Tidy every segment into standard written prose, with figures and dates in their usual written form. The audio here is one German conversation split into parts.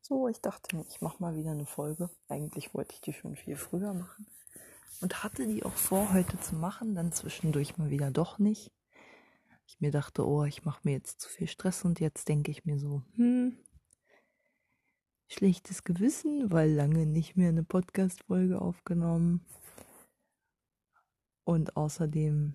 So, ich dachte mir, ich mache mal wieder eine Folge. Eigentlich wollte ich die schon viel früher machen und hatte die auch vor, heute zu machen, dann zwischendurch mal wieder doch nicht. Ich mir dachte, oh, ich mache mir jetzt zu viel Stress und jetzt denke ich mir so, schlechtes Gewissen, weil lange nicht mehr eine Podcast-Folge aufgenommen. Und außerdem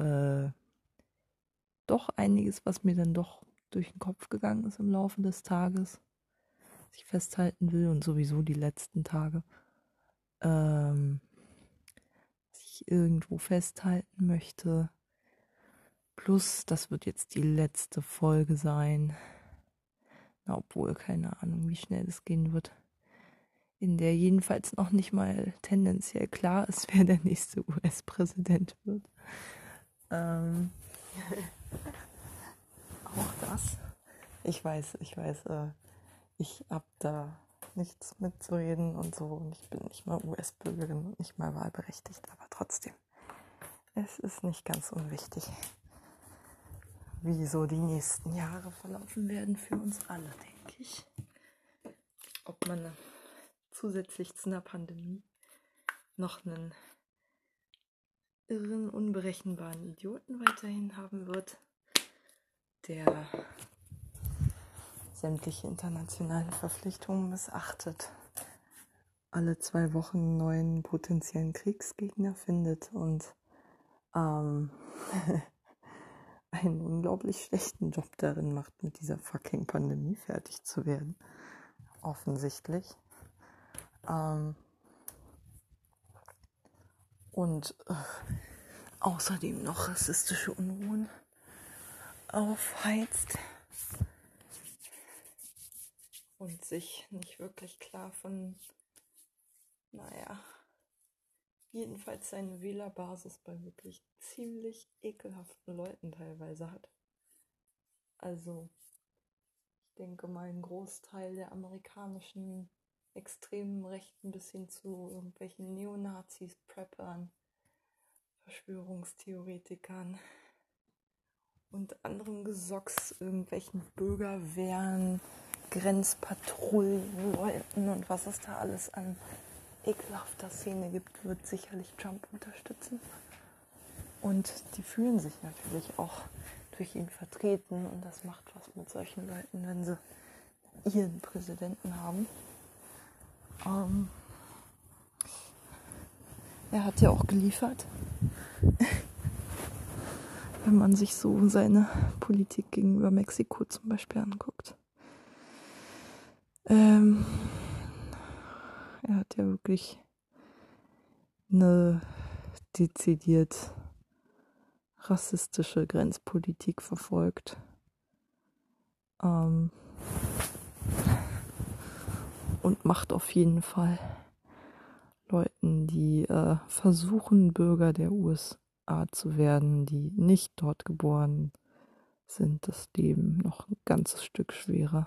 doch einiges, was mir dann doch durch den Kopf gegangen ist im Laufe des Tages, was ich festhalten will und sowieso die letzten Tage, was ich irgendwo festhalten möchte. Plus, das wird jetzt die letzte Folge sein. Na, obwohl, keine Ahnung, wie schnell das gehen wird. In der jedenfalls noch nicht mal tendenziell klar ist, wer der nächste US-Präsident wird. Auch das. Ich weiß, ich habe da nichts mitzureden und so. Und ich bin nicht mal US-Bürgerin und nicht mal wahlberechtigt, aber trotzdem. Es ist nicht ganz unwichtig, wie so die nächsten Jahre verlaufen werden für uns alle, denke ich. Ob man zusätzlich zu einer Pandemie noch einen irren, unberechenbaren Idioten weiterhin haben wird, der sämtliche internationale Verpflichtungen missachtet, alle 2 Wochen einen neuen potenziellen Kriegsgegner findet und einen unglaublich schlechten Job darin macht, mit dieser fucking Pandemie fertig zu werden. Offensichtlich. Und außerdem noch rassistische Unruhen aufheizt und sich nicht wirklich klar von, jedenfalls seine Wählerbasis bei wirklich ziemlich ekelhaften Leuten teilweise hat. Also, ich denke mal, ein Großteil der amerikanischen extremen Rechten bis hin zu irgendwelchen Neonazis, Preppern, Verschwörungstheoretikern und anderen Gesocks, irgendwelchen Bürgerwehren, Grenzpatrouillen, Leuten und was es da alles an ekelhafter Szene gibt, wird sicherlich Trump unterstützen. Und die fühlen sich natürlich auch durch ihn vertreten und das macht was mit solchen Leuten, wenn sie ihren Präsidenten haben. Er hat ja auch geliefert, wenn man sich so seine Politik gegenüber Mexiko zum Beispiel anguckt. Er hat ja wirklich eine dezidiert rassistische Grenzpolitik verfolgt. Und macht auf jeden Fall Leuten, die versuchen, Bürger der USA zu werden, die nicht dort geboren sind, das Leben noch ein ganzes Stück schwerer.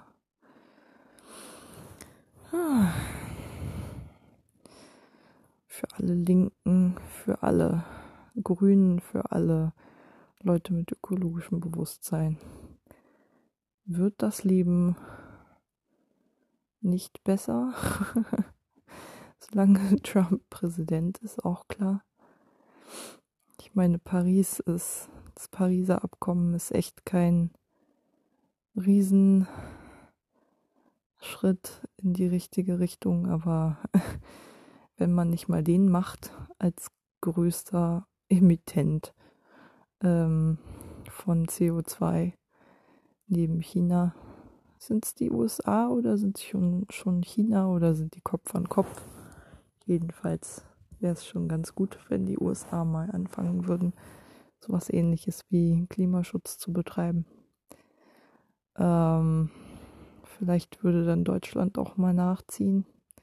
Für alle Linken, für alle Grünen, für alle Leute mit ökologischem Bewusstsein wird das Leben nicht besser, solange Trump Präsident ist, auch klar. Ich meine, das Pariser Abkommen ist echt kein Riesenschritt in die richtige Richtung, aber wenn man nicht mal den macht als größter Emittent von CO2 neben China, sind es die USA oder sind es schon China oder sind die Kopf an Kopf? Jedenfalls wäre es schon ganz gut, wenn die USA mal anfangen würden, sowas Ähnliches wie Klimaschutz zu betreiben. Vielleicht würde dann Deutschland auch mal nachziehen.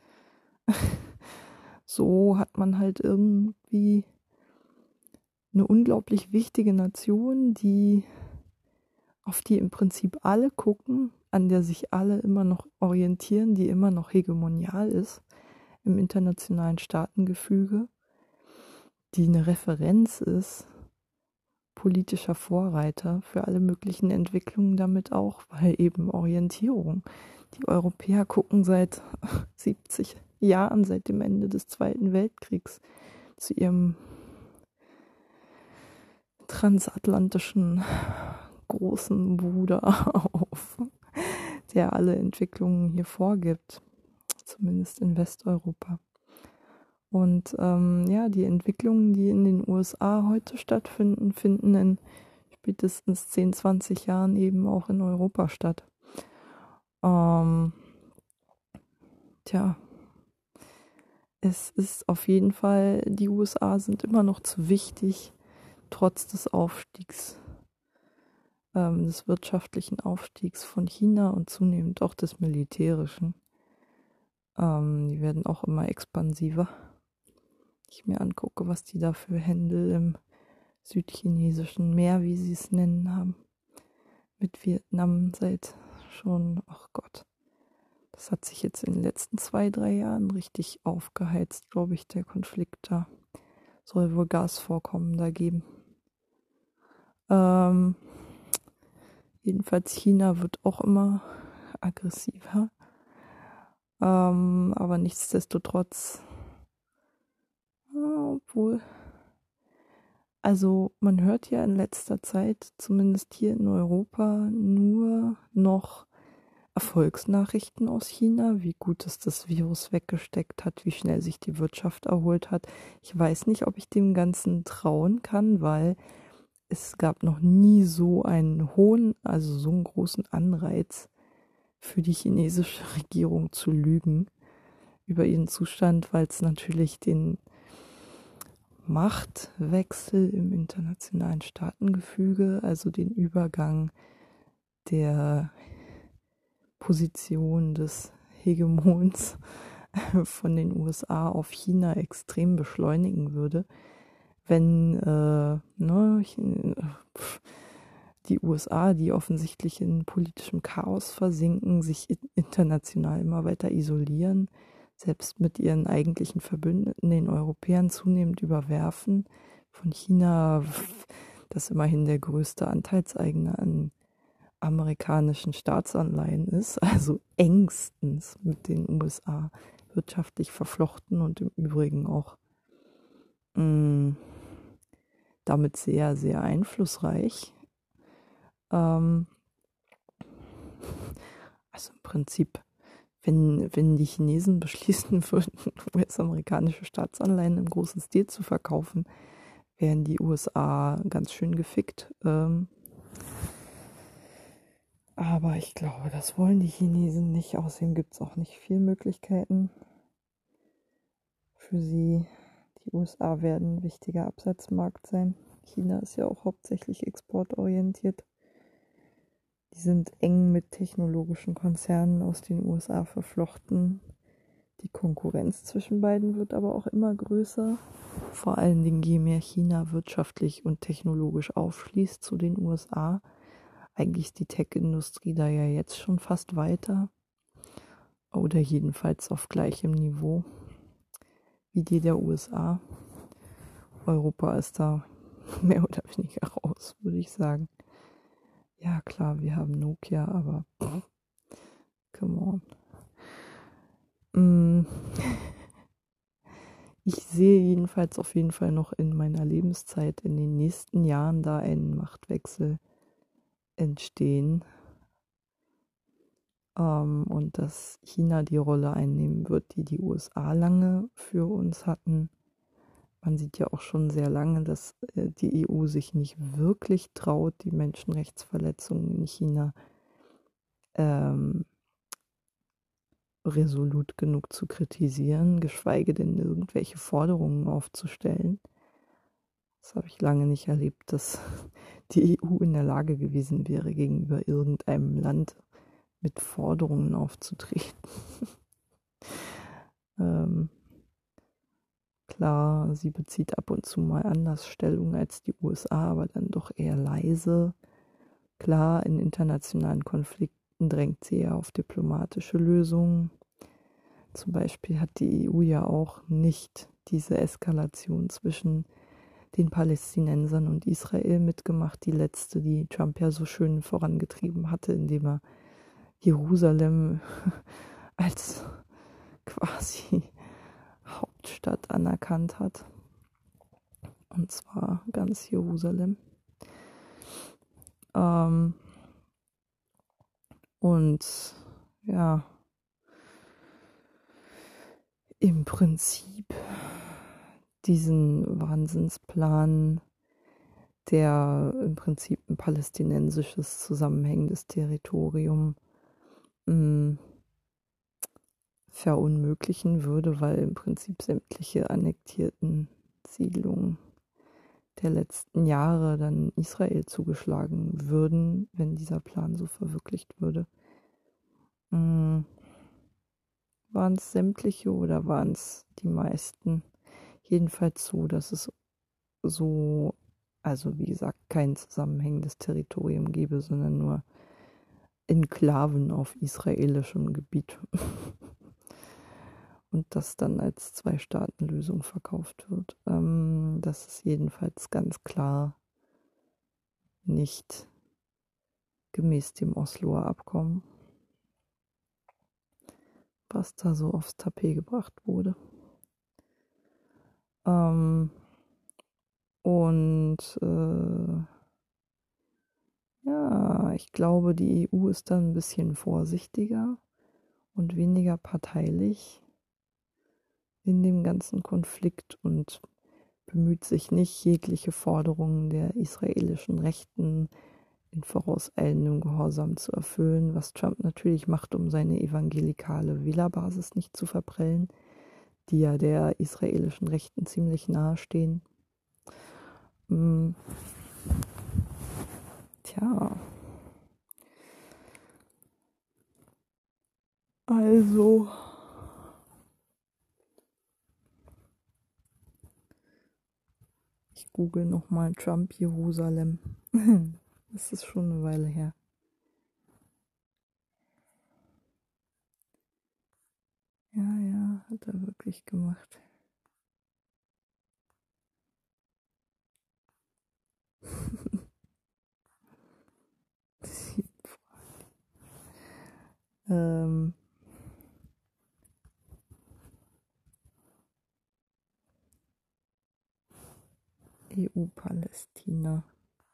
So hat man halt irgendwie eine unglaublich wichtige Nation, auf die im Prinzip alle gucken, an der sich alle immer noch orientieren, die immer noch hegemonial ist im internationalen Staatengefüge, die eine Referenz ist, politischer Vorreiter für alle möglichen Entwicklungen damit auch, weil eben Orientierung. Die Europäer gucken seit 70 Jahren, seit dem Ende des Zweiten Weltkriegs, zu ihrem transatlantischen großen Bruder auf, der alle Entwicklungen hier vorgibt, zumindest in Westeuropa. Und die Entwicklungen, die in den USA heute stattfinden, finden in spätestens 10, 20 Jahren eben auch in Europa statt. Es ist auf jeden Fall, die USA sind immer noch zu wichtig, trotz des Aufstiegs, des wirtschaftlichen Aufstiegs von China und zunehmend auch des militärischen. Die werden auch immer expansiver. Ich mir angucke, was die da für Händel im südchinesischen Meer, wie sie es nennen, haben. Mit Vietnam seit schon, ach Gott, das hat sich jetzt in den letzten 2, 3 Jahren richtig aufgeheizt, glaube ich, der Konflikt da. Soll wohl Gasvorkommen da geben. Jedenfalls China wird auch immer aggressiver. Aber nichtsdestotrotz, obwohl, also man hört ja in letzter Zeit, zumindest hier in Europa, nur noch Erfolgsnachrichten aus China, wie gut es das Virus weggesteckt hat, wie schnell sich die Wirtschaft erholt hat. Ich weiß nicht, ob ich dem Ganzen trauen kann, weil es gab noch nie so einen hohen, also so einen großen Anreiz für die chinesische Regierung zu lügen über ihren Zustand, weil es natürlich den Machtwechsel im internationalen Staatengefüge, also den Übergang der Position des Hegemons von den USA auf China extrem beschleunigen würde, wenn die USA, die offensichtlich in politischem Chaos versinken, sich international immer weiter isolieren, selbst mit ihren eigentlichen Verbündeten, den Europäern, zunehmend überwerfen. Von China, das immerhin der größte Anteilseigner an amerikanischen Staatsanleihen ist, also engstens mit den USA wirtschaftlich verflochten und im Übrigen auch damit sehr, sehr einflussreich. Also im Prinzip, wenn die Chinesen beschließen würden, US-amerikanische Staatsanleihen im großen Stil zu verkaufen, wären die USA ganz schön gefickt. Aber ich glaube, das wollen die Chinesen nicht. Außerdem gibt es auch nicht viele Möglichkeiten für sie. Die USA werden ein wichtiger Absatzmarkt sein. China ist ja auch hauptsächlich exportorientiert. Die sind eng mit technologischen Konzernen aus den USA verflochten. Die Konkurrenz zwischen beiden wird aber auch immer größer. Vor allen Dingen, je mehr China wirtschaftlich und technologisch aufschließt zu den USA. Eigentlich ist die Tech-Industrie da ja jetzt schon fast weiter. Oder jedenfalls auf gleichem Niveau wie die der USA. Europa ist da mehr oder weniger raus, würde ich sagen. Ja, klar, wir haben Nokia, aber come on. Ich sehe jedenfalls auf jeden Fall noch in meiner Lebenszeit in den nächsten Jahren da einen Machtwechsel entstehen. Und dass China die Rolle einnehmen wird, die die USA lange für uns hatten. Man sieht ja auch schon sehr lange, dass die EU sich nicht wirklich traut, die Menschenrechtsverletzungen in China resolut genug zu kritisieren, geschweige denn irgendwelche Forderungen aufzustellen. Das habe ich lange nicht erlebt, dass die EU in der Lage gewesen wäre, gegenüber irgendeinem Land mit Forderungen aufzutreten. Klar, sie bezieht ab und zu mal anders Stellung als die USA, aber dann doch eher leise. Klar, in internationalen Konflikten drängt sie ja auf diplomatische Lösungen. Zum Beispiel hat die EU ja auch nicht diese Eskalation zwischen den Palästinensern und Israel mitgemacht, die letzte, die Trump ja so schön vorangetrieben hatte, indem er Jerusalem als quasi Hauptstadt anerkannt hat. Und zwar ganz Jerusalem. Und ja, im Prinzip diesen Wahnsinnsplan, der im Prinzip ein palästinensisches zusammenhängendes Territorium verunmöglichen würde, weil im Prinzip sämtliche annektierten Siedlungen der letzten Jahre dann Israel zugeschlagen würden, wenn dieser Plan so verwirklicht würde. Waren es sämtliche oder waren es die meisten? Jedenfalls so, dass es so, also wie gesagt, kein zusammenhängendes Territorium gäbe, sondern nur Enklaven auf israelischem Gebiet. Und das dann als Zwei-Staaten-Lösung verkauft wird. Das ist jedenfalls ganz klar nicht gemäß dem Osloer Abkommen, was da so aufs Tapet gebracht wurde. Ja, ich glaube, die EU ist da ein bisschen vorsichtiger und weniger parteilich in dem ganzen Konflikt und bemüht sich nicht, jegliche Forderungen der israelischen Rechten in vorauseilendem Gehorsam zu erfüllen, was Trump natürlich macht, um seine evangelikale Wählerbasis nicht zu verprellen, die ja der israelischen Rechten ziemlich nahe stehen. Tja. Also. Ich google nochmal Trump Jerusalem. Das ist schon eine Weile her. Ja, hat er wirklich gemacht. EU-Palästina.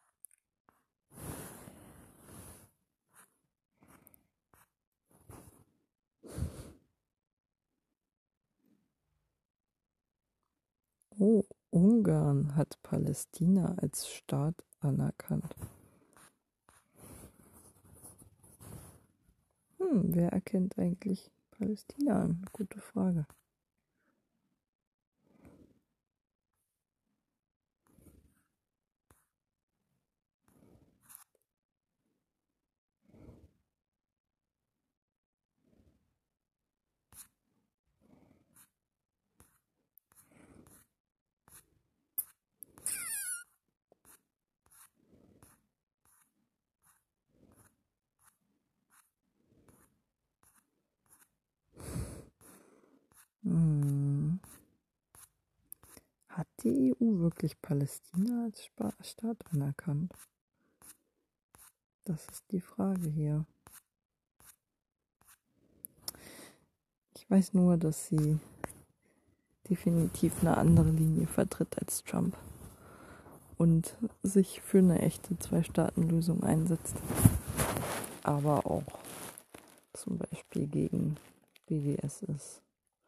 Oh, Ungarn hat Palästina als Staat anerkannt. Wer erkennt eigentlich Palästina an? Gute Frage. Hat die EU wirklich Palästina als Staat anerkannt? Das ist die Frage hier. Ich weiß nur, dass sie definitiv eine andere Linie vertritt als Trump und sich für eine echte Zwei-Staaten-Lösung einsetzt. Aber auch zum Beispiel gegen BDS ist.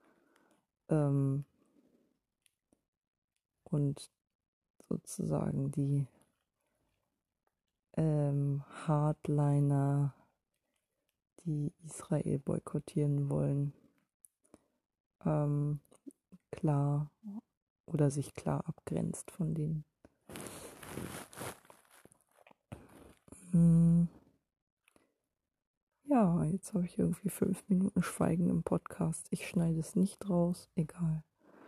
Und sozusagen die Hardliner, die Israel boykottieren wollen, klar oder sich klar abgrenzt von denen. Ja, jetzt habe ich irgendwie 5 Minuten Schweigen im Podcast. Ich schneide es nicht raus, egal.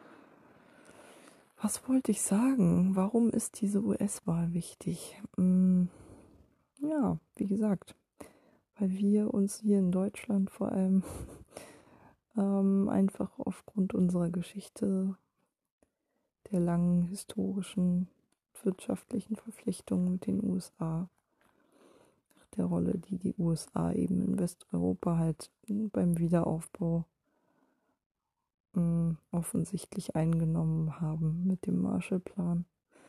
Was wollte ich sagen? Warum ist diese US-Wahl wichtig? Ja, wie gesagt, weil wir uns hier in Deutschland vor allem einfach aufgrund unserer Geschichte, der langen historischen wirtschaftlichen Verflechtungen mit den USA, nach der Rolle, die die USA eben in Westeuropa halt beim Wiederaufbau offensichtlich eingenommen haben mit dem Marshallplan,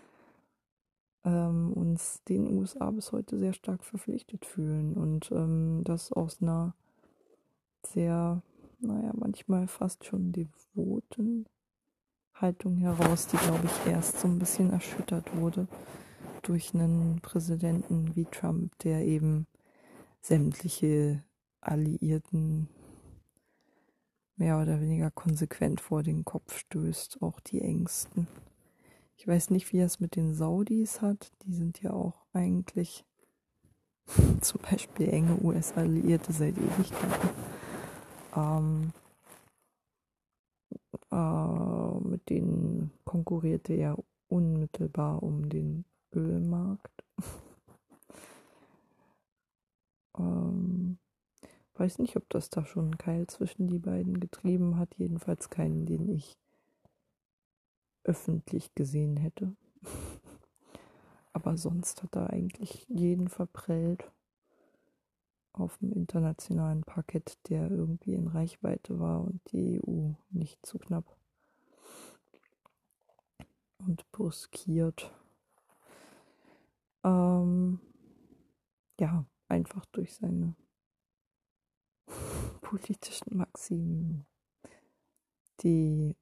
uns den USA bis heute sehr stark verpflichtet fühlen und das aus einer sehr, manchmal fast schon devoten Haltung heraus, die, glaube ich, erst so ein bisschen erschüttert wurde durch einen Präsidenten wie Trump, der eben sämtliche Alliierten mehr oder weniger konsequent vor den Kopf stößt, auch die Ängsten. Ich weiß nicht, wie er es mit den Saudis hat. Die sind ja auch eigentlich zum Beispiel enge US-Alliierte seit Ewigkeiten. Mit denen konkurrierte er unmittelbar um den Ölmarkt. Weiß nicht, ob das da schon einen Keil zwischen die beiden getrieben hat. Jedenfalls keinen, den ich öffentlich gesehen hätte. Aber sonst hat er eigentlich jeden verprellt auf dem internationalen Parkett, der irgendwie in Reichweite war und die EU nicht zu knapp. Und bruskiert. Ja, einfach durch seine politischen Maximen, die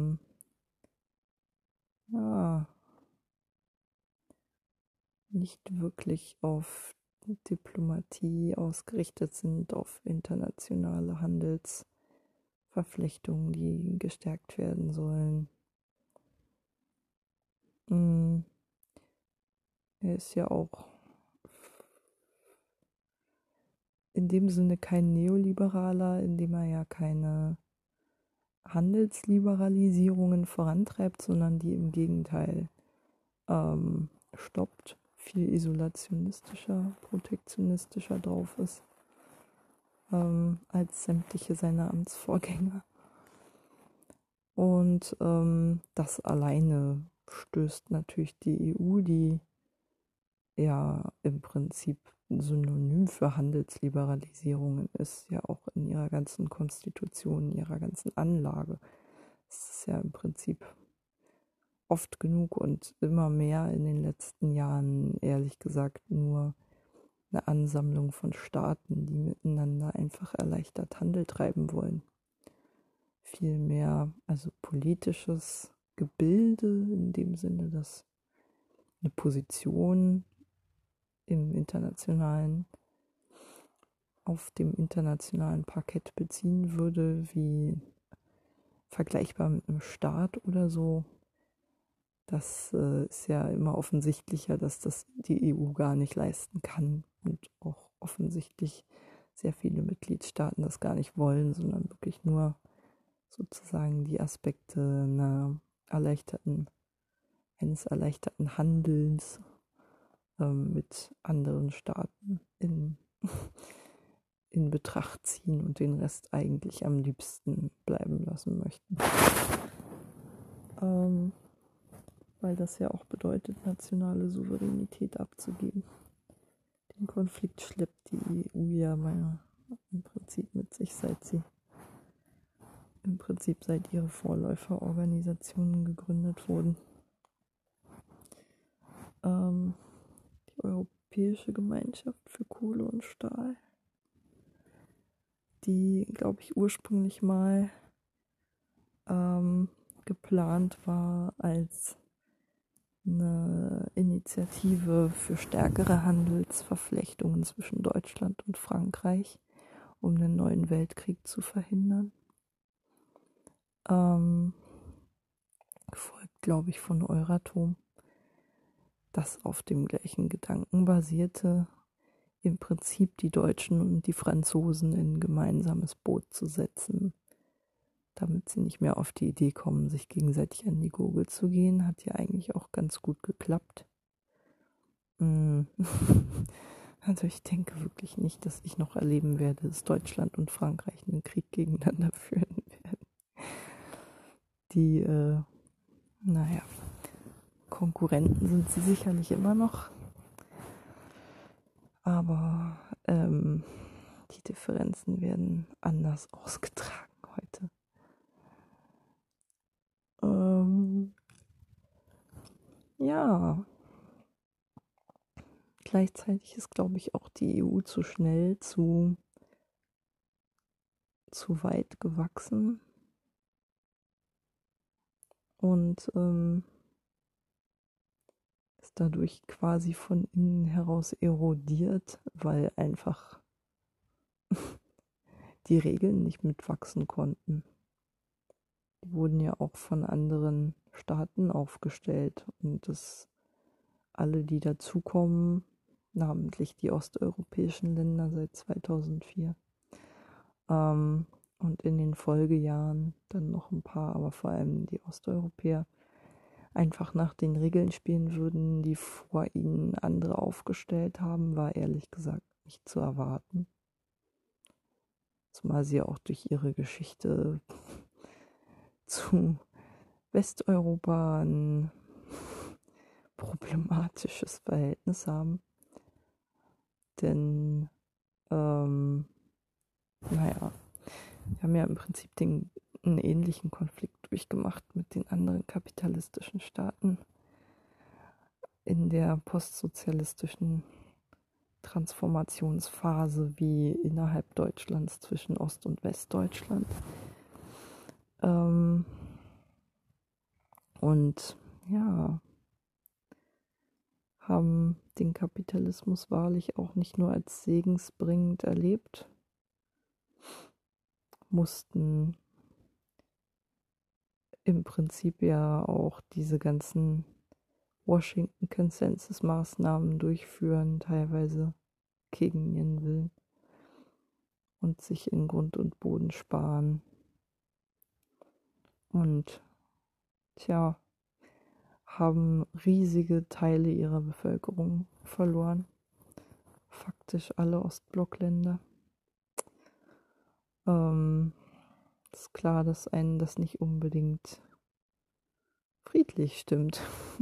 nicht wirklich auf Diplomatie ausgerichtet sind, auf internationale Handelsverflechtungen, die gestärkt werden sollen. Er ist ja auch in dem Sinne kein Neoliberaler, indem er ja keine Handelsliberalisierungen vorantreibt, sondern die im Gegenteil stoppt, viel isolationistischer, protektionistischer drauf ist als sämtliche seiner Amtsvorgänger. Und das alleine stößt natürlich die EU, die ja im Prinzip ein Synonym für Handelsliberalisierungen ist, ja auch in ihrer ganzen Konstitution, in ihrer ganzen Anlage. Es ist ja im Prinzip oft genug und immer mehr in den letzten Jahren, ehrlich gesagt, nur eine Ansammlung von Staaten, die miteinander einfach erleichtert Handel treiben wollen. Viel mehr, also politisches Gebilde in dem Sinne, dass eine Position auf dem internationalen Parkett beziehen würde, wie vergleichbar mit einem Staat oder so. Das ist ja immer offensichtlicher, dass das die EU gar nicht leisten kann und auch offensichtlich sehr viele Mitgliedstaaten das gar nicht wollen, sondern wirklich nur sozusagen die Aspekte eines erleichterten Handelns mit anderen Staaten in Betracht ziehen und den Rest eigentlich am liebsten bleiben lassen möchten. Weil das ja auch bedeutet, nationale Souveränität abzugeben. Den Konflikt schleppt die EU ja im Prinzip mit sich, seit ihre Vorläuferorganisationen gegründet wurden. Die Europäische Gemeinschaft für Kohle und Stahl, die, glaube ich, ursprünglich mal geplant war als eine Initiative für stärkere Handelsverflechtungen zwischen Deutschland und Frankreich, um einen neuen Weltkrieg zu verhindern. Gefolgt, glaube ich, von Euratom, das auf dem gleichen Gedanken basierte, im Prinzip die Deutschen und die Franzosen in ein gemeinsames Boot zu setzen, damit sie nicht mehr auf die Idee kommen, sich gegenseitig an die Gurgel zu gehen. Hat ja eigentlich auch ganz gut geklappt. Also ich denke wirklich nicht, dass ich noch erleben werde, dass Deutschland und Frankreich einen Krieg gegeneinander führen werden. Die, Konkurrenten sind sie sicherlich immer noch, aber die Differenzen werden anders ausgetragen heute. Ja, gleichzeitig ist, glaube ich, auch die EU zu schnell, zu weit gewachsen und ist dadurch quasi von innen heraus erodiert, weil einfach die Regeln nicht mitwachsen konnten. Die wurden ja auch von anderen Staaten aufgestellt und alle, die dazukommen, namentlich die osteuropäischen Länder seit 2004 und in den Folgejahren dann noch ein paar, aber vor allem die Osteuropäer, einfach nach den Regeln spielen würden, die vor ihnen andere aufgestellt haben, war ehrlich gesagt nicht zu erwarten. Zumal sie auch durch ihre Geschichte zu Westeuropa ein problematisches Verhältnis haben. Denn, naja, wir haben ja im Prinzip einen ähnlichen Konflikt durchgemacht mit den anderen kapitalistischen Staaten in der postsozialistischen Transformationsphase wie innerhalb Deutschlands zwischen Ost- und Westdeutschland. Und ja, haben den Kapitalismus wahrlich auch nicht nur als segensbringend erlebt, mussten im Prinzip ja auch diese ganzen Washington-Consensus-Maßnahmen durchführen, teilweise gegen ihren Willen und sich in Grund und Boden sparen. Und haben riesige Teile ihrer Bevölkerung verloren. Faktisch alle Ostblockländer. Ist klar, dass einen das nicht unbedingt friedlich stimmt,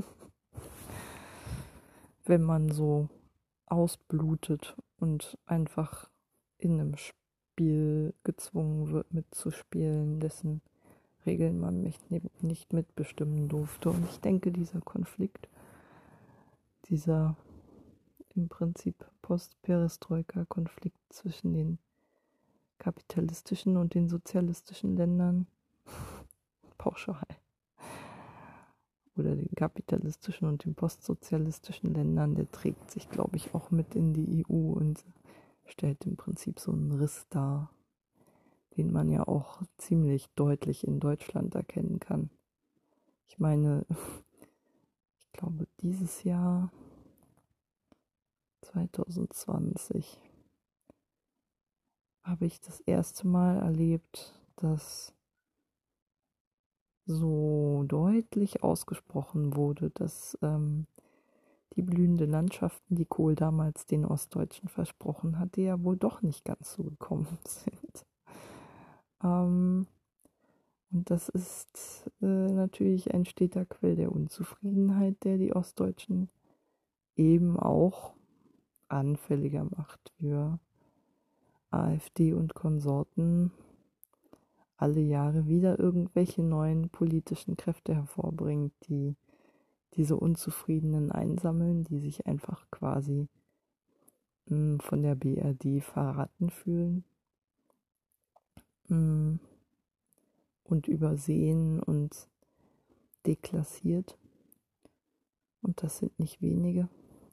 wenn man so ausblutet und einfach in einem Spiel gezwungen wird mitzuspielen, dessen Regeln man nicht mitbestimmen durfte. Und ich denke, dieser Konflikt, dieser im Prinzip Post-Perestroika-Konflikt zwischen den kapitalistischen und den sozialistischen Ländern, pauschal, oder den kapitalistischen und den postsozialistischen Ländern, der trägt sich, glaube ich, auch mit in die EU und stellt im Prinzip so einen Riss dar, den man ja auch ziemlich deutlich in Deutschland erkennen kann. Ich meine, ich glaube, dieses Jahr 2020 habe ich das erste Mal erlebt, dass so deutlich ausgesprochen wurde, dass die blühenden Landschaften, die Kohl damals den Ostdeutschen versprochen hatte, ja wohl doch nicht ganz so gekommen sind. Und das ist natürlich ein steter Quell der Unzufriedenheit, der die Ostdeutschen eben auch anfälliger macht für AfD und Konsorten, alle Jahre wieder irgendwelche neuen politischen Kräfte hervorbringt, die diese Unzufriedenen einsammeln, die sich einfach quasi von der BRD verraten fühlen und übersehen und deklassiert. Und das sind nicht wenige.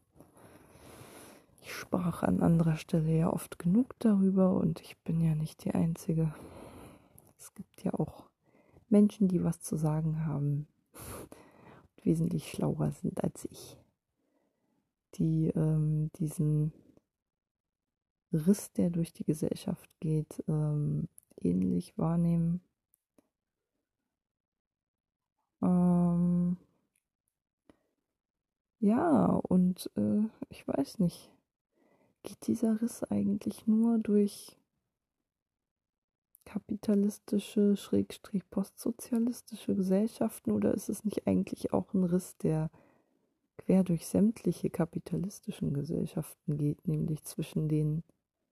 Ich sprach an anderer Stelle ja oft genug darüber und ich bin ja nicht die Einzige. Es gibt ja auch Menschen, die was zu sagen haben und wesentlich schlauer sind als ich, die diesen Riss, der durch die Gesellschaft geht, ähnlich wahrnehmen. Ja, und ich weiß nicht, geht dieser Riss eigentlich nur durch kapitalistische, / postsozialistische Gesellschaften oder ist es nicht eigentlich auch ein Riss, der quer durch sämtliche kapitalistischen Gesellschaften geht, nämlich zwischen den,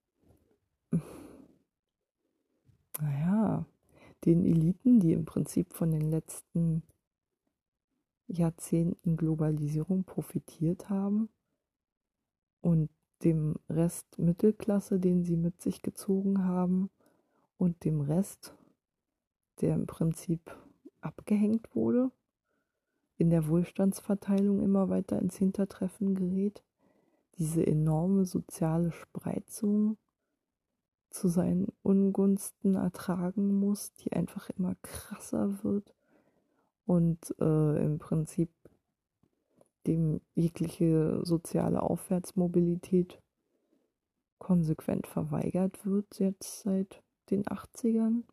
naja, den Eliten, die im Prinzip von den letzten Jahrzehnten Globalisierung profitiert haben, und dem Rest Mittelklasse, den sie mit sich gezogen haben, und dem Rest, der im Prinzip abgehängt wurde, in der Wohlstandsverteilung immer weiter ins Hintertreffen gerät, diese enorme soziale Spreizung zu seinen Ungunsten ertragen muss, die einfach immer krasser wird und im Prinzip dem jegliche soziale Aufwärtsmobilität konsequent verweigert wird, jetzt seit den 80ern,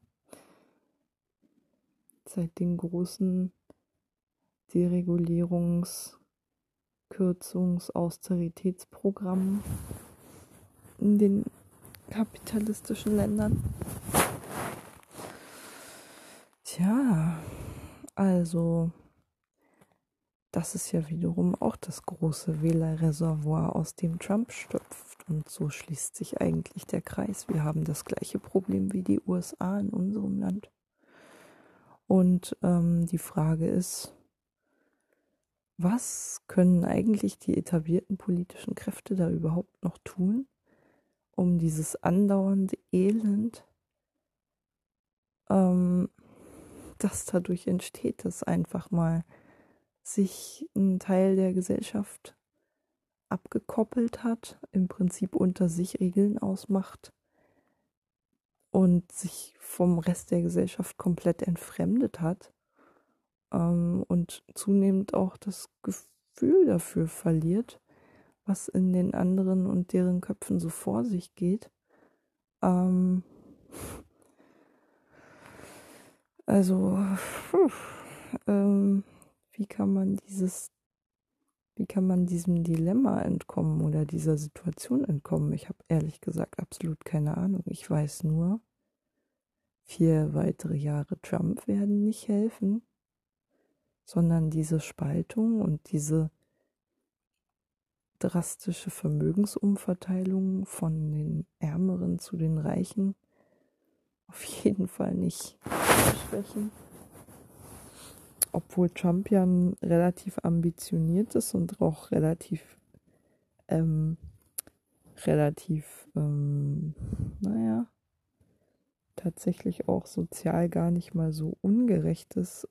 seit den großen Deregulierungs-, Kürzungs-, Austeritätsprogrammen in den kapitalistischen Ländern. Tja, also das ist ja wiederum auch das große Wählerreservoir, aus dem Trump schöpft. Und so schließt sich eigentlich der Kreis. Wir haben das gleiche Problem wie die USA in unserem Land. Und die Frage ist, was können eigentlich die etablierten politischen Kräfte da überhaupt noch tun, um dieses andauernde Elend, das dadurch entsteht, dass einfach mal sich ein Teil der Gesellschaft abgekoppelt hat, im Prinzip unter sich Regeln ausmacht und sich vom Rest der Gesellschaft komplett entfremdet hat, und zunehmend auch das Gefühl dafür verliert, was in den anderen und deren Köpfen so vor sich geht. Also, wie kann man diesem Dilemma entkommen oder dieser Situation entkommen? Ich habe ehrlich gesagt absolut keine Ahnung. Ich weiß nur, 4 weitere Jahre Trump werden nicht helfen, sondern diese Spaltung und diese drastische Vermögensumverteilung von den Ärmeren zu den Reichen auf jeden Fall nicht schwächen. Obwohl Trump ja ein relativ ambitioniert ist und auch relativ, naja, tatsächlich auch sozial gar nicht mal so ungerechtes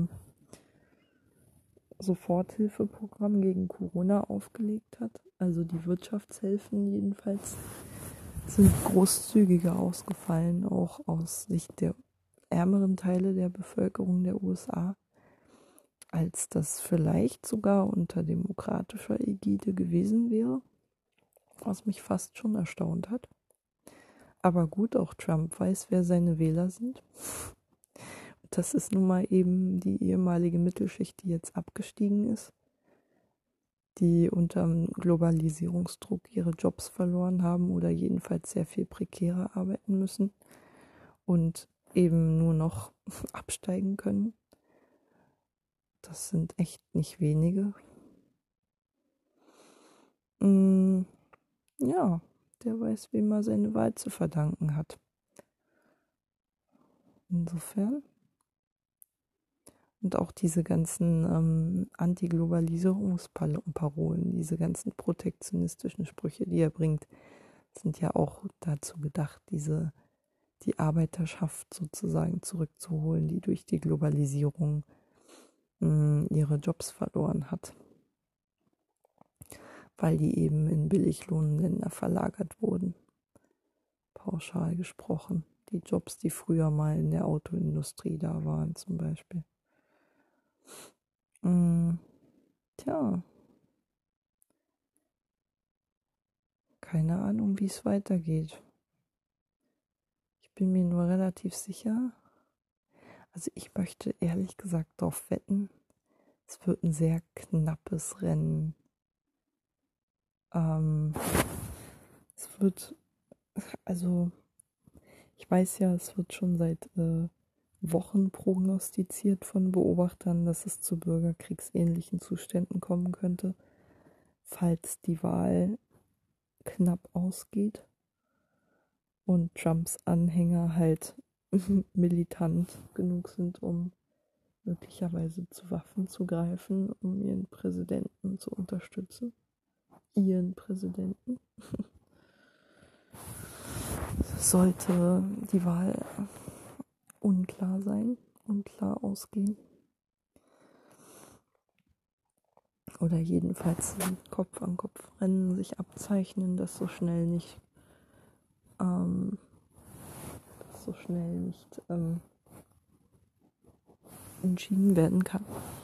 Soforthilfeprogramm gegen Corona aufgelegt hat. Also die Wirtschaftshilfen jedenfalls sind großzügiger ausgefallen, auch aus Sicht der ärmeren Teile der Bevölkerung der USA, als das vielleicht sogar unter demokratischer Ägide gewesen wäre, was mich fast schon erstaunt hat. Aber gut, auch Trump weiß, wer seine Wähler sind. Das ist nun mal eben die ehemalige Mittelschicht, die jetzt abgestiegen ist, die unter dem Globalisierungsdruck ihre Jobs verloren haben oder jedenfalls sehr viel prekärer arbeiten müssen und eben nur noch absteigen können. Das sind echt nicht wenige. Ja, der weiß, wem er seine Wahl zu verdanken hat. Insofern. Und auch diese ganzen Anti-Globalisierungsparolen, diese ganzen protektionistischen Sprüche, die er bringt, sind ja auch dazu gedacht, die Arbeiterschaft sozusagen zurückzuholen, die durch die Globalisierung ihre Jobs verloren hat, weil die eben in Billiglohnländer verlagert wurden. Pauschal gesprochen. Die Jobs, die früher mal in der Autoindustrie da waren, zum Beispiel. Tja. Keine Ahnung, wie es weitergeht. Ich bin mir nur relativ sicher. Also ich möchte ehrlich gesagt darauf wetten, es wird ein sehr knappes Rennen. Es wird, also ich weiß ja, es wird schon seit Wochen prognostiziert von Beobachtern, dass es zu bürgerkriegsähnlichen Zuständen kommen könnte, falls die Wahl knapp ausgeht und Trumps Anhänger halt militant genug sind, um möglicherweise zu Waffen zu greifen, um ihren Präsidenten zu unterstützen. Ihren Präsidenten. Sollte die Wahl unklar sein, unklar ausgehen. Oder jedenfalls Kopf an Kopf rennen sich abzeichnen, dass so schnell nicht entschieden werden kann.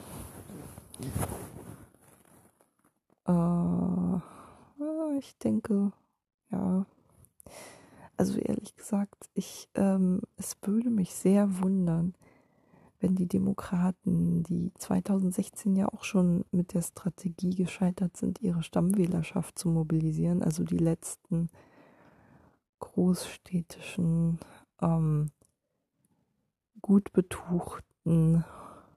Ich denke, ja, also ehrlich gesagt, es würde mich sehr wundern, wenn die Demokraten, die 2016 ja auch schon mit der Strategie gescheitert sind, ihre Stammwählerschaft zu mobilisieren, also die letzten großstädtischen, gut betuchten,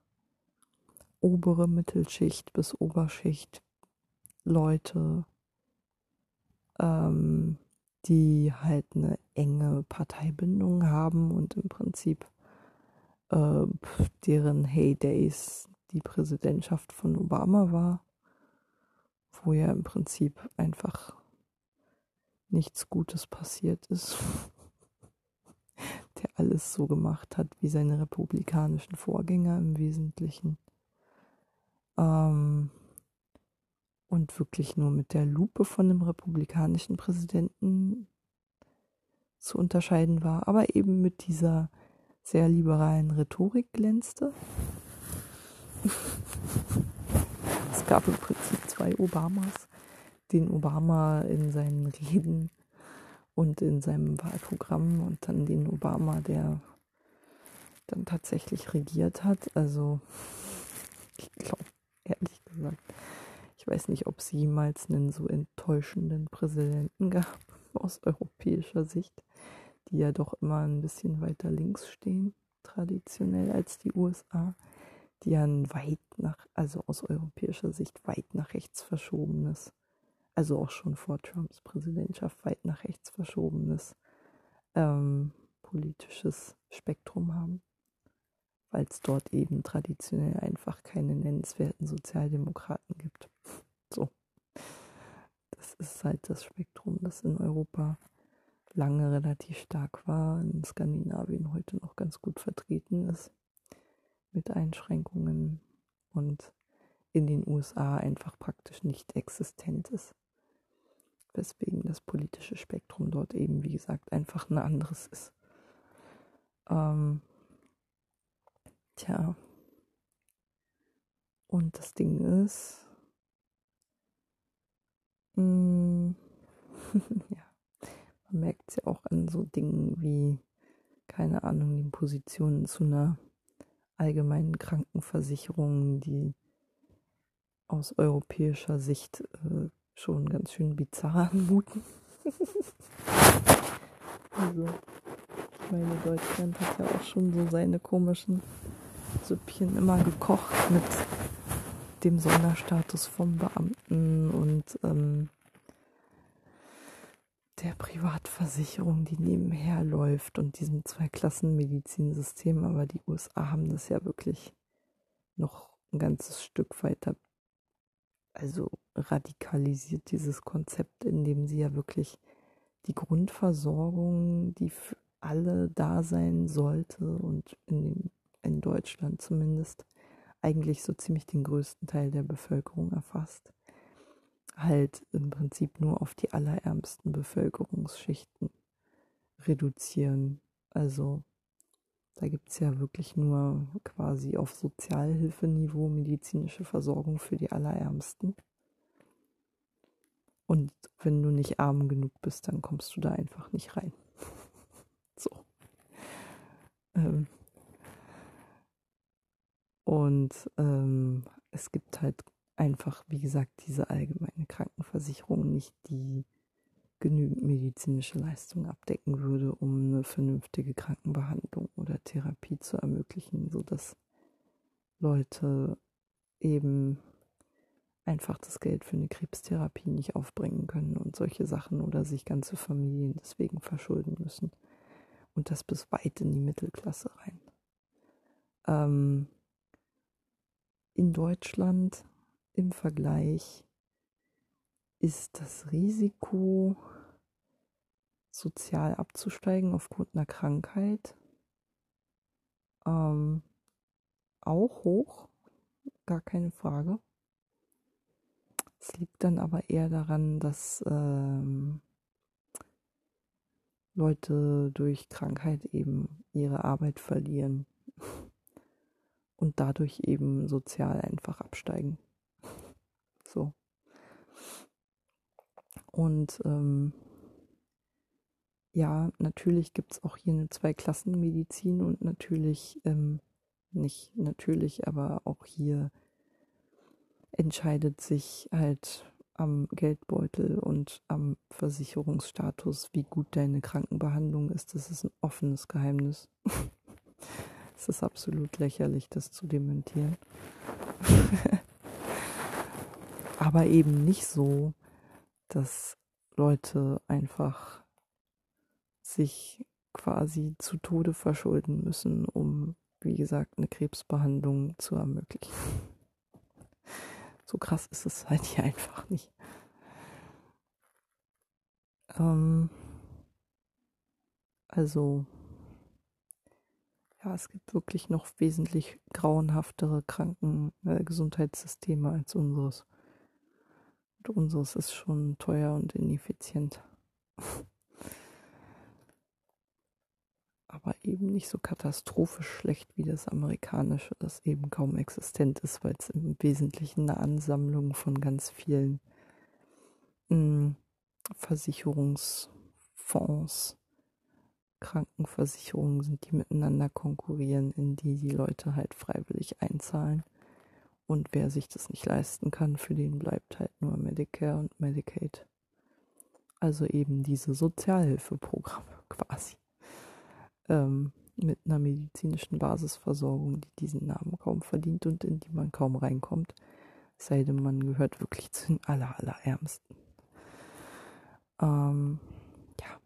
obere Mittelschicht bis Oberschicht Leute, die halt eine enge Parteibindung haben und im Prinzip deren Heydays die Präsidentschaft von Obama war, wo ja im Prinzip einfach nichts Gutes passiert ist, der alles so gemacht hat wie seine republikanischen Vorgänger im Wesentlichen. Und wirklich nur mit der Lupe von einem republikanischen Präsidenten zu unterscheiden war, aber eben mit dieser sehr liberalen Rhetorik glänzte. Es gab im Prinzip zwei Obamas. Den Obama in seinen Reden und in seinem Wahlprogramm und dann den Obama, der dann tatsächlich regiert hat. Also ich glaube, ehrlich gesagt, ich weiß nicht, ob es jemals einen so enttäuschenden Präsidenten gab aus europäischer Sicht, die ja doch immer ein bisschen weiter links stehen, traditionell als die USA, die ja also aus europäischer Sicht weit nach rechts verschobenes, also auch schon vor Trumps Präsidentschaft weit nach rechts verschobenes politisches Spektrum haben, weil es dort eben traditionell einfach keine nennenswerten Sozialdemokraten gibt. So. Das ist halt das Spektrum, das in Europa lange relativ stark war, in Skandinavien heute noch ganz gut vertreten ist, mit Einschränkungen und in den USA einfach praktisch nicht existent ist. Weswegen das politische Spektrum dort eben, wie gesagt, einfach ein anderes ist. Und das Ding ist, ja, man merkt es ja auch an so Dingen wie, keine Ahnung, die Positionen zu einer allgemeinen Krankenversicherung, die aus europäischer Sicht schon ganz schön bizarr anmuten. Also, ich meine, Deutschland hat ja auch schon so seine komischen Süppchen immer gekocht mit dem Sonderstatus vom Beamten und der Privatversicherung, die nebenher läuft und diesem Zweiklassenmedizinsystem. Aber die USA haben das ja wirklich noch ein ganzes Stück weiter, also radikalisiert dieses Konzept, indem sie ja wirklich die Grundversorgung, die für alle da sein sollte und in Deutschland zumindest eigentlich so ziemlich den größten Teil der Bevölkerung erfasst, halt im Prinzip nur auf die allerärmsten Bevölkerungsschichten reduzieren. Also da gibt es ja wirklich nur quasi auf Sozialhilfeniveau medizinische Versorgung für die Allerärmsten. Und wenn du nicht arm genug bist, dann kommst du da einfach nicht rein. So. Es gibt halt einfach, wie gesagt, diese allgemeine Krankenversicherung nicht, die genügend medizinische Leistung abdecken würde, um eine vernünftige Krankenbehandlung oder Therapie zu ermöglichen, sodass Leute eben einfach das Geld für eine Krebstherapie nicht aufbringen können und solche Sachen oder sich ganze Familien deswegen verschulden müssen. Und das bis weit in die Mittelklasse rein. In Deutschland im Vergleich ist das Risiko, sozial abzusteigen aufgrund einer Krankheit, auch hoch, gar keine Frage. Es liegt dann aber eher daran, dass Leute durch Krankheit eben ihre Arbeit verlieren und dadurch eben sozial einfach absteigen. So. Und ja, natürlich gibt es auch hier eine Zweiklassenmedizin und natürlich, nicht natürlich, aber auch hier entscheidet sich halt am Geldbeutel und am Versicherungsstatus, wie gut deine Krankenbehandlung ist. Das ist ein offenes Geheimnis. Es ist absolut lächerlich, das zu dementieren. Aber eben nicht so, dass Leute einfach sich quasi zu Tode verschulden müssen, um, wie gesagt, eine Krebsbehandlung zu ermöglichen. So krass ist es halt hier einfach nicht. Also, ja, es gibt wirklich noch wesentlich grauenhaftere Gesundheitssysteme als unseres. Und unseres ist schon teuer und ineffizient. Aber eben nicht so katastrophisch schlecht wie das amerikanische, das eben kaum existent ist, weil es im Wesentlichen eine Ansammlung von ganz vielen Versicherungsfonds, Krankenversicherungen sind, die miteinander konkurrieren, in die die Leute halt freiwillig einzahlen. Und wer sich das nicht leisten kann, für den bleibt halt nur Medicare und Medicaid. Also eben diese Sozialhilfeprogramme quasi. Mit einer medizinischen Basisversorgung, die diesen Namen kaum verdient und in die man kaum reinkommt. Es sei denn, man gehört wirklich zu den Allerärmsten. Ja.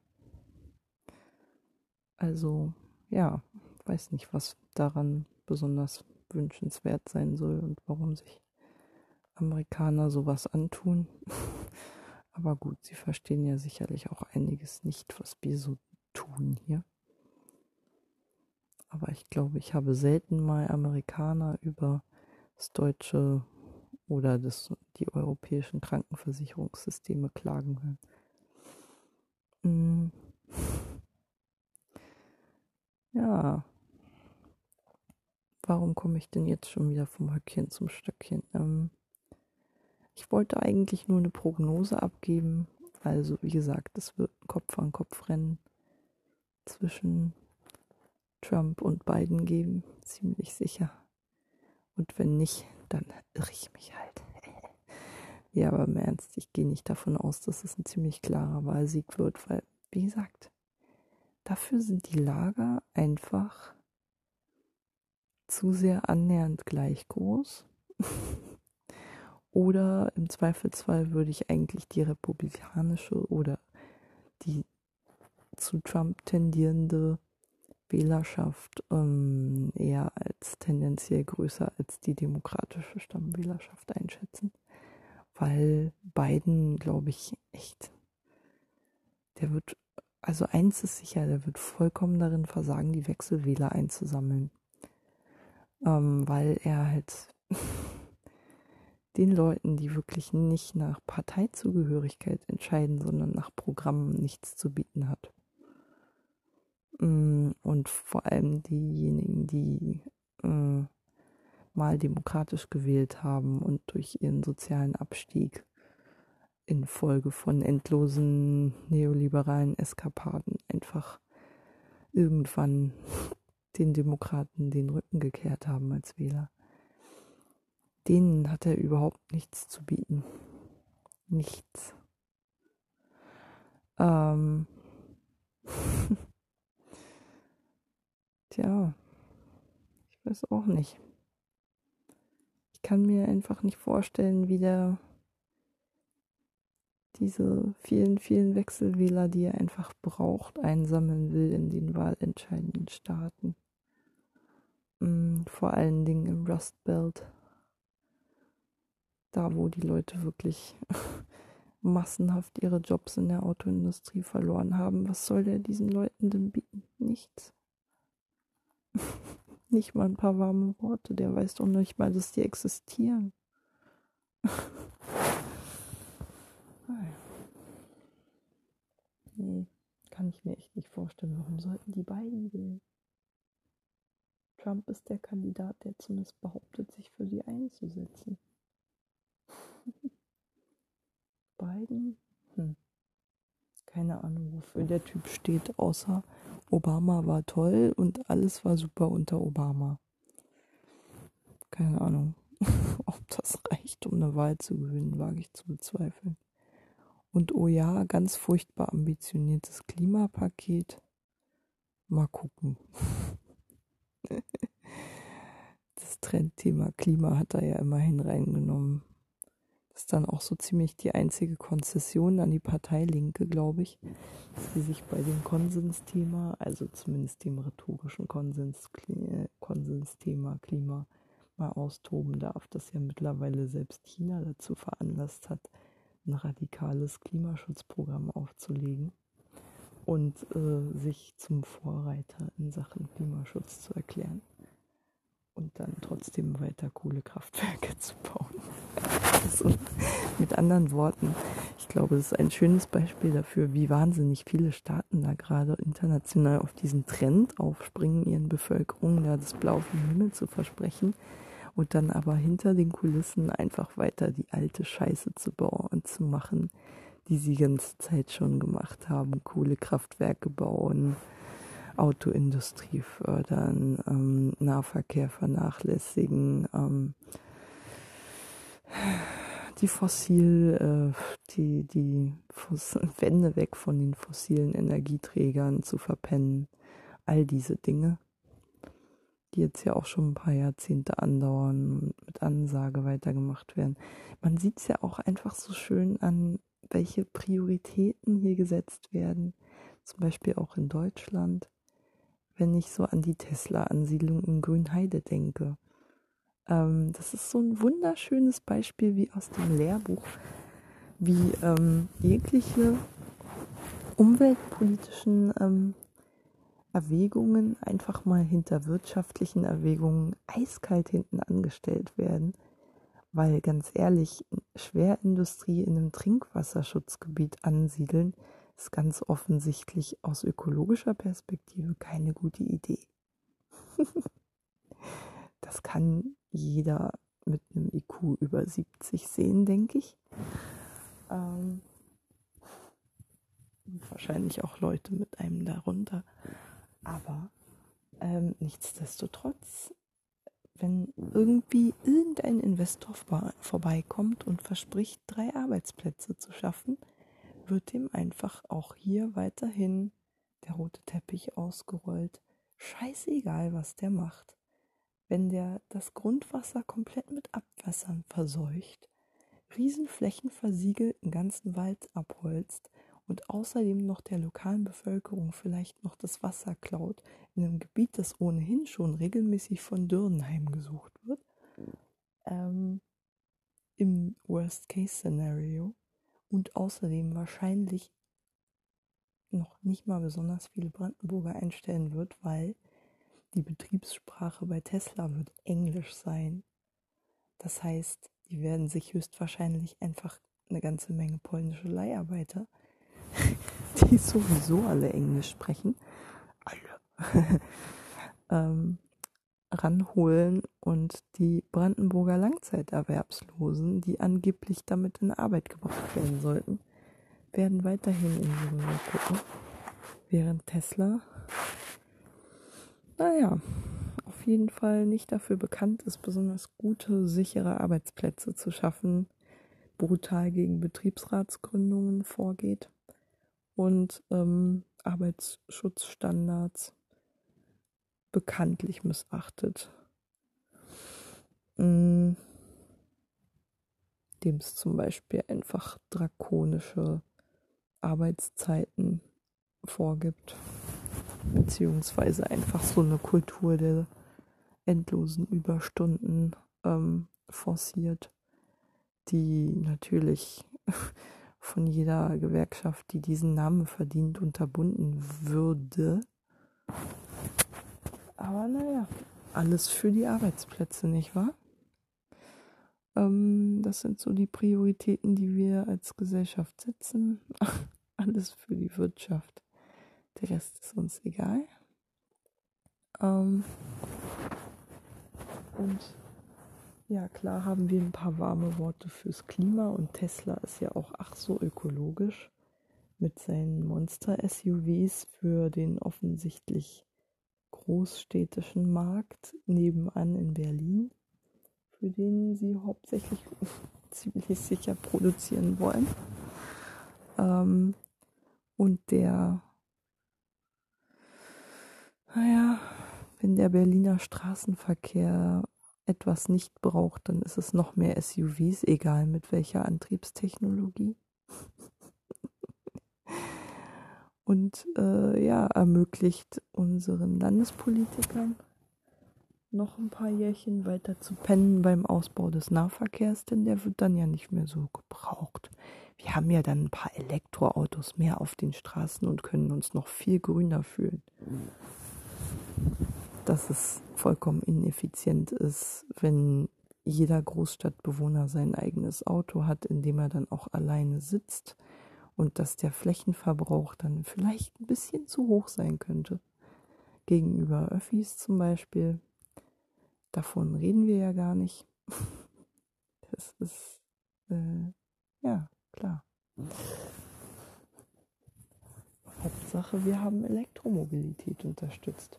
Also, ja, weiß nicht, was daran besonders wünschenswert sein soll und warum sich Amerikaner sowas antun. Aber gut, sie verstehen ja sicherlich auch einiges nicht, was wir so tun hier. Aber ich glaube, ich habe selten mal Amerikaner über das deutsche oder die europäischen Krankenversicherungssysteme klagen hören. Ja. Warum komme ich denn jetzt schon wieder vom Höckchen zum Stöckchen? Ich wollte eigentlich nur eine Prognose abgeben. Also, wie gesagt, es wird ein Kopf-an-Kopf-Rennen zwischen Trump und Biden geben, ziemlich sicher. Und wenn nicht, dann irre ich mich halt. Ja, aber im Ernst, ich gehe nicht davon aus, dass es ein ziemlich klarer Wahlsieg wird, weil, wie gesagt, dafür sind die Lager einfach zu sehr annähernd gleich groß. Oder im Zweifelsfall würde ich eigentlich die republikanische oder die zu Trump tendierende Wählerschaft eher als tendenziell größer als die demokratische Stammwählerschaft einschätzen. Weil Biden, glaube ich, echt, der wird, also eins ist sicher, der wird vollkommen darin versagen, die Wechselwähler einzusammeln. Weil er halt den Leuten, die wirklich nicht nach Parteizugehörigkeit entscheiden, sondern nach Programmen nichts zu bieten hat. Und vor allem diejenigen, die mal demokratisch gewählt haben und durch ihren sozialen Abstieg infolge von endlosen neoliberalen Eskapaden einfach irgendwann den Demokraten den Rücken gekehrt haben als Wähler. Denen hat er überhaupt nichts zu bieten. Nichts. Tja, ich weiß auch nicht. Ich kann mir einfach nicht vorstellen, wie der diese vielen, vielen Wechselwähler, die er einfach braucht, einsammeln will in den wahlentscheidenden Staaten. Vor allen Dingen im Rust Belt. Da, wo die Leute wirklich massenhaft ihre Jobs in der Autoindustrie verloren haben. Was soll der diesen Leuten denn bieten? Nichts. Nicht mal ein paar warme Worte. Der weiß doch nicht mal, dass die existieren. Nee, kann ich mir echt nicht vorstellen. Warum sollten die beiden wählen? Trump ist der Kandidat, der zumindest behauptet, sich für sie einzusetzen. Biden? Keine Ahnung, wofür der Typ steht, außer Obama war toll und alles war super unter Obama. Keine Ahnung, ob das reicht, um eine Wahl zu gewinnen, wage ich zu bezweifeln. Und oh ja, ganz furchtbar ambitioniertes Klimapaket. Mal gucken. Das Trendthema Klima hat er ja immerhin reingenommen. Das ist dann auch so ziemlich die einzige Konzession an die Partei Linke, glaube ich, dass sie sich bei dem Konsensthema, also zumindest dem rhetorischen Konsensthema Klima, mal austoben darf, das ja mittlerweile selbst China dazu veranlasst hat, ein radikales Klimaschutzprogramm aufzulegen und sich zum Vorreiter in Sachen Klimaschutz zu erklären und dann trotzdem weiter Kohlekraftwerke zu bauen. Also, mit anderen Worten, ich glaube, das ist ein schönes Beispiel dafür, wie wahnsinnig viele Staaten da gerade international auf diesen Trend aufspringen, ihren Bevölkerungen da das Blau vom Himmel zu versprechen und dann aber hinter den Kulissen einfach weiter die alte Scheiße zu bauen und zu machen, die sie die ganze Zeit schon gemacht haben. Kohlekraftwerke bauen, Autoindustrie fördern, Nahverkehr vernachlässigen, die Wände weg von den fossilen Energieträgern zu verpennen. All diese Dinge, die jetzt ja auch schon ein paar Jahrzehnte andauern und mit Ansage weitergemacht werden. Man sieht es ja auch einfach so schön an, welche Prioritäten hier gesetzt werden. Zum Beispiel auch in Deutschland, wenn ich so an die Tesla-Ansiedlung in Grünheide denke. Das ist so ein wunderschönes Beispiel wie aus dem Lehrbuch, wie jegliche umweltpolitischen Erwägungen einfach mal hinter wirtschaftlichen Erwägungen eiskalt hinten angestellt werden, weil ganz ehrlich, Schwerindustrie in einem Trinkwasserschutzgebiet ansiedeln, ist ganz offensichtlich aus ökologischer Perspektive keine gute Idee. Das kann jeder mit einem IQ über 70 sehen, denke ich. Wahrscheinlich auch Leute mit einem darunter. Aber nichtsdestotrotz, wenn irgendwie irgendein Investor vorbeikommt und verspricht, 3 Arbeitsplätze zu schaffen, wird dem einfach auch hier weiterhin der rote Teppich ausgerollt. Scheißegal, was der macht. Wenn der das Grundwasser komplett mit Abwässern verseucht, Riesenflächen versiegelt, einen ganzen Wald abholzt und außerdem noch der lokalen Bevölkerung vielleicht noch das Wasser klaut, in einem Gebiet, das ohnehin schon regelmäßig von Dürren heimgesucht wird, im Worst-Case-Szenario und außerdem wahrscheinlich noch nicht mal besonders viele Brandenburger einstellen wird, weil die Betriebssprache bei Tesla wird Englisch sein. Das heißt, die werden sich höchstwahrscheinlich einfach eine ganze Menge polnische Leiharbeiter, die sowieso alle Englisch sprechen, ranholen und die Brandenburger Langzeiterwerbslosen, die angeblich damit in Arbeit gebracht werden sollten, werden weiterhin in die Röhre gucken, während Tesla, auf jeden Fall nicht dafür bekannt ist, besonders gute, sichere Arbeitsplätze zu schaffen, brutal gegen Betriebsratsgründungen vorgeht und Arbeitsschutzstandards bekanntlich missachtet. Dem es zum Beispiel einfach drakonische Arbeitszeiten vorgibt, beziehungsweise einfach so eine Kultur der endlosen Überstunden forciert, die natürlich von jeder Gewerkschaft, die diesen Namen verdient, unterbunden würde. Aber naja, alles für die Arbeitsplätze, nicht wahr? Das sind so die Prioritäten, die wir als Gesellschaft setzen. Alles für die Wirtschaft. Der Rest ist uns egal. Und ja, klar haben wir ein paar warme Worte fürs Klima und Tesla ist ja auch ach so ökologisch mit seinen Monster-SUVs für den offensichtlich großstädtischen Markt nebenan in Berlin, für den sie hauptsächlich ziemlich sicher produzieren wollen. Und wenn der Berliner Straßenverkehr etwas nicht braucht, dann ist es noch mehr SUVs, egal mit welcher Antriebstechnologie. Und ermöglicht unseren Landespolitikern noch ein paar Jährchen weiter zu pennen beim Ausbau des Nahverkehrs, denn der wird dann ja nicht mehr so gebraucht. Wir haben ja dann ein paar Elektroautos mehr auf den Straßen und können uns noch viel grüner fühlen. Dass es vollkommen ineffizient ist, wenn jeder Großstadtbewohner sein eigenes Auto hat, in dem er dann auch alleine sitzt und dass der Flächenverbrauch dann vielleicht ein bisschen zu hoch sein könnte. Gegenüber Öffis zum Beispiel. Davon reden wir ja gar nicht. Das ist, klar. Hauptsache, wir haben Elektromobilität unterstützt.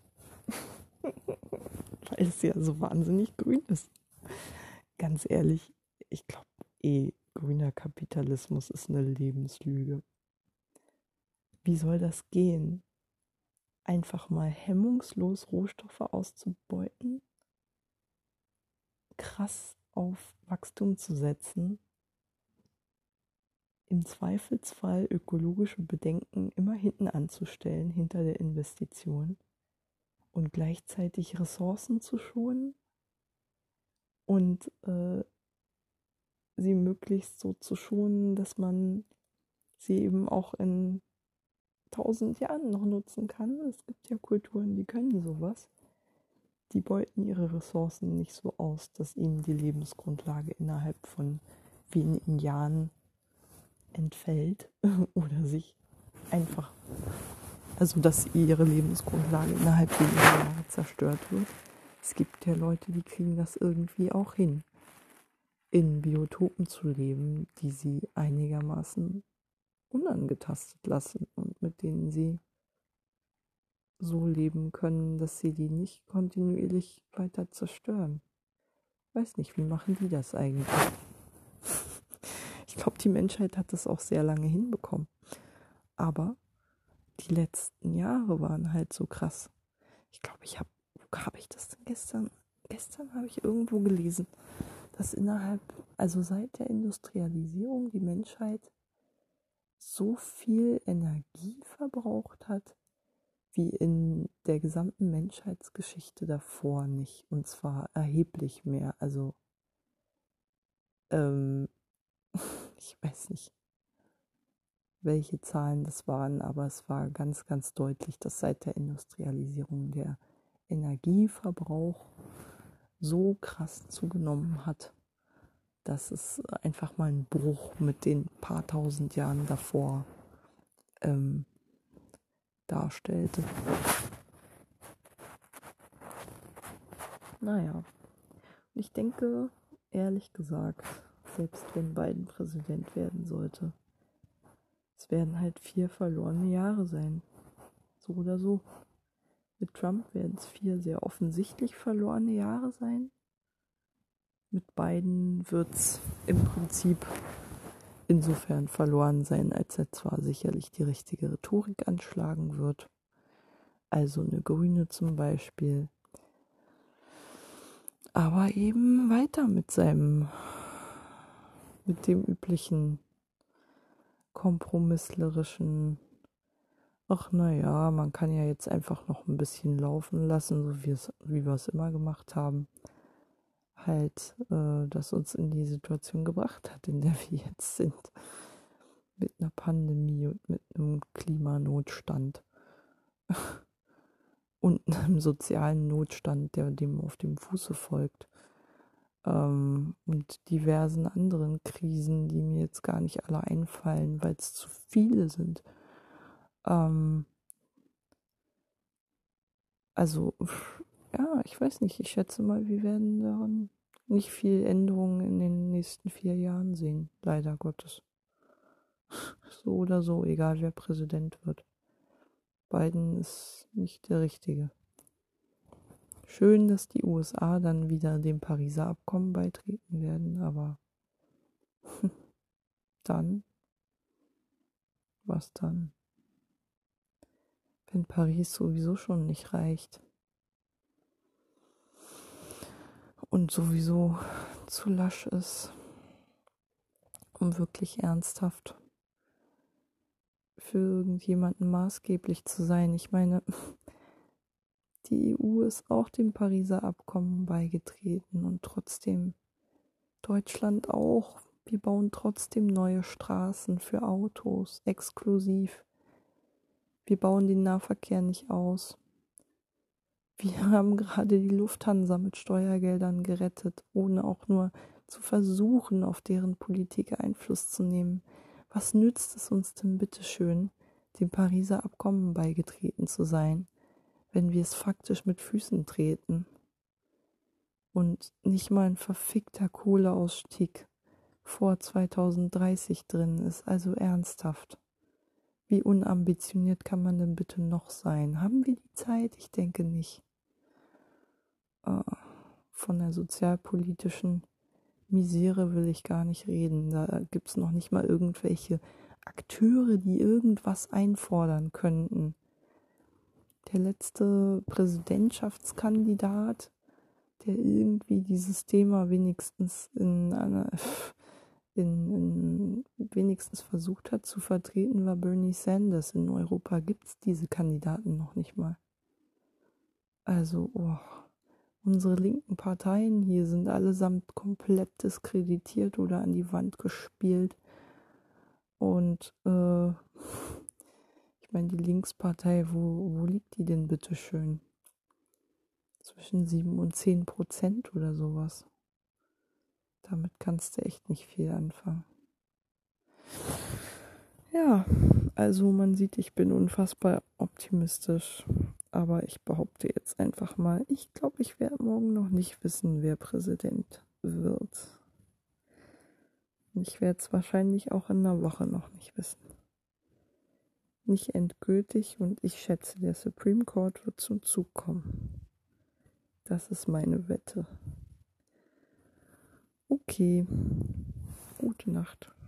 Weil es ja so wahnsinnig grün ist. Ganz ehrlich, ich glaube grüner Kapitalismus ist eine Lebenslüge. Wie soll das gehen? Einfach mal hemmungslos Rohstoffe auszubeuten? Krass auf Wachstum zu setzen? Im Zweifelsfall ökologische Bedenken immer hinten anzustellen, hinter der Investition und gleichzeitig Ressourcen zu schonen und sie möglichst so zu schonen, dass man sie eben auch in 1000 Jahren noch nutzen kann. Es gibt ja Kulturen, die können sowas. Die beuten ihre Ressourcen nicht so aus, dass ihnen die Lebensgrundlage innerhalb von wenigen Jahren entfällt oder sich einfach, also dass ihre Lebensgrundlage innerhalb weniger Jahre zerstört wird. Es gibt ja Leute, die kriegen das irgendwie auch hin, in Biotopen zu leben, die sie einigermaßen unangetastet lassen und mit denen sie so leben können, dass sie die nicht kontinuierlich weiter zerstören. Weiß nicht, wie machen die das eigentlich? Ich glaube, die Menschheit hat das auch sehr lange hinbekommen. Aber die letzten Jahre waren halt so krass. Ich glaube, wo habe ich das denn gestern? Gestern habe ich irgendwo gelesen, dass also seit der Industrialisierung die Menschheit so viel Energie verbraucht hat, wie in der gesamten Menschheitsgeschichte davor nicht. Und zwar erheblich mehr. Also, ich weiß nicht, welche Zahlen das waren, aber es war ganz, ganz deutlich, dass seit der Industrialisierung der Energieverbrauch so krass zugenommen hat, dass es einfach mal einen Bruch mit den paar tausend Jahren davor darstellte. Naja, und ich denke, ehrlich gesagt, selbst wenn Biden Präsident werden sollte, es werden halt 4 verlorene Jahre sein. So oder so. Mit Trump werden es 4 sehr offensichtlich verlorene Jahre sein. Mit Biden wird es im Prinzip insofern verloren sein, als er zwar sicherlich die richtige Rhetorik anschlagen wird, also eine Grüne zum Beispiel. Aber eben weiter mit dem üblichen kompromisslerischen, ach naja, man kann ja jetzt einfach noch ein bisschen laufen lassen, so wie wir es immer gemacht haben. Halt, das uns in die Situation gebracht hat, in der wir jetzt sind. Mit einer Pandemie und mit einem Klimanotstand. Und einem sozialen Notstand, der dem auf dem Fuße folgt. Und diversen anderen Krisen, die mir jetzt gar nicht alle einfallen, weil es zu viele sind. Also, ja, ich weiß nicht, ich schätze mal, wir werden daran nicht viel Änderungen in den nächsten 4 Jahren sehen, leider Gottes. So oder so, egal wer Präsident wird. Biden ist nicht der Richtige. Schön, dass die USA dann wieder dem Pariser Abkommen beitreten werden, aber dann, was dann? Wenn Paris sowieso schon nicht reicht und sowieso zu lasch ist, um wirklich ernsthaft für irgendjemanden maßgeblich zu sein. Ich meine, die EU ist auch dem Pariser Abkommen beigetreten und trotzdem Deutschland auch. Wir bauen trotzdem neue Straßen für Autos, exklusiv. Wir bauen den Nahverkehr nicht aus. Wir haben gerade die Lufthansa mit Steuergeldern gerettet, ohne auch nur zu versuchen, auf deren Politik Einfluss zu nehmen. Was nützt es uns denn bitteschön, dem Pariser Abkommen beigetreten zu sein, wenn wir es faktisch mit Füßen treten und nicht mal ein verfickter Kohleausstieg vor 2030 drin ist, also ernsthaft. Wie unambitioniert kann man denn bitte noch sein? Haben wir die Zeit? Ich denke nicht. Von der sozialpolitischen Misere will ich gar nicht reden. Da gibt es noch nicht mal irgendwelche Akteure, die irgendwas einfordern könnten. Der letzte Präsidentschaftskandidat, der irgendwie dieses Thema wenigstens wenigstens versucht hat zu vertreten, war Bernie Sanders. In Europa gibt es diese Kandidaten noch nicht mal. Also, unsere linken Parteien hier sind allesamt komplett diskreditiert oder an die Wand gespielt. Und ich meine, die Linkspartei, wo liegt die denn bitte schön? Zwischen 7 und 10% oder sowas. Damit kannst du echt nicht viel anfangen. Ja, also man sieht, ich bin unfassbar optimistisch. Aber ich behaupte jetzt einfach mal, ich glaube, ich werde morgen noch nicht wissen, wer Präsident wird. Ich werde es wahrscheinlich auch in einer Woche noch nicht wissen. Nicht endgültig und ich schätze, der Supreme Court wird zum Zug kommen. Das ist meine Wette. Okay, gute Nacht.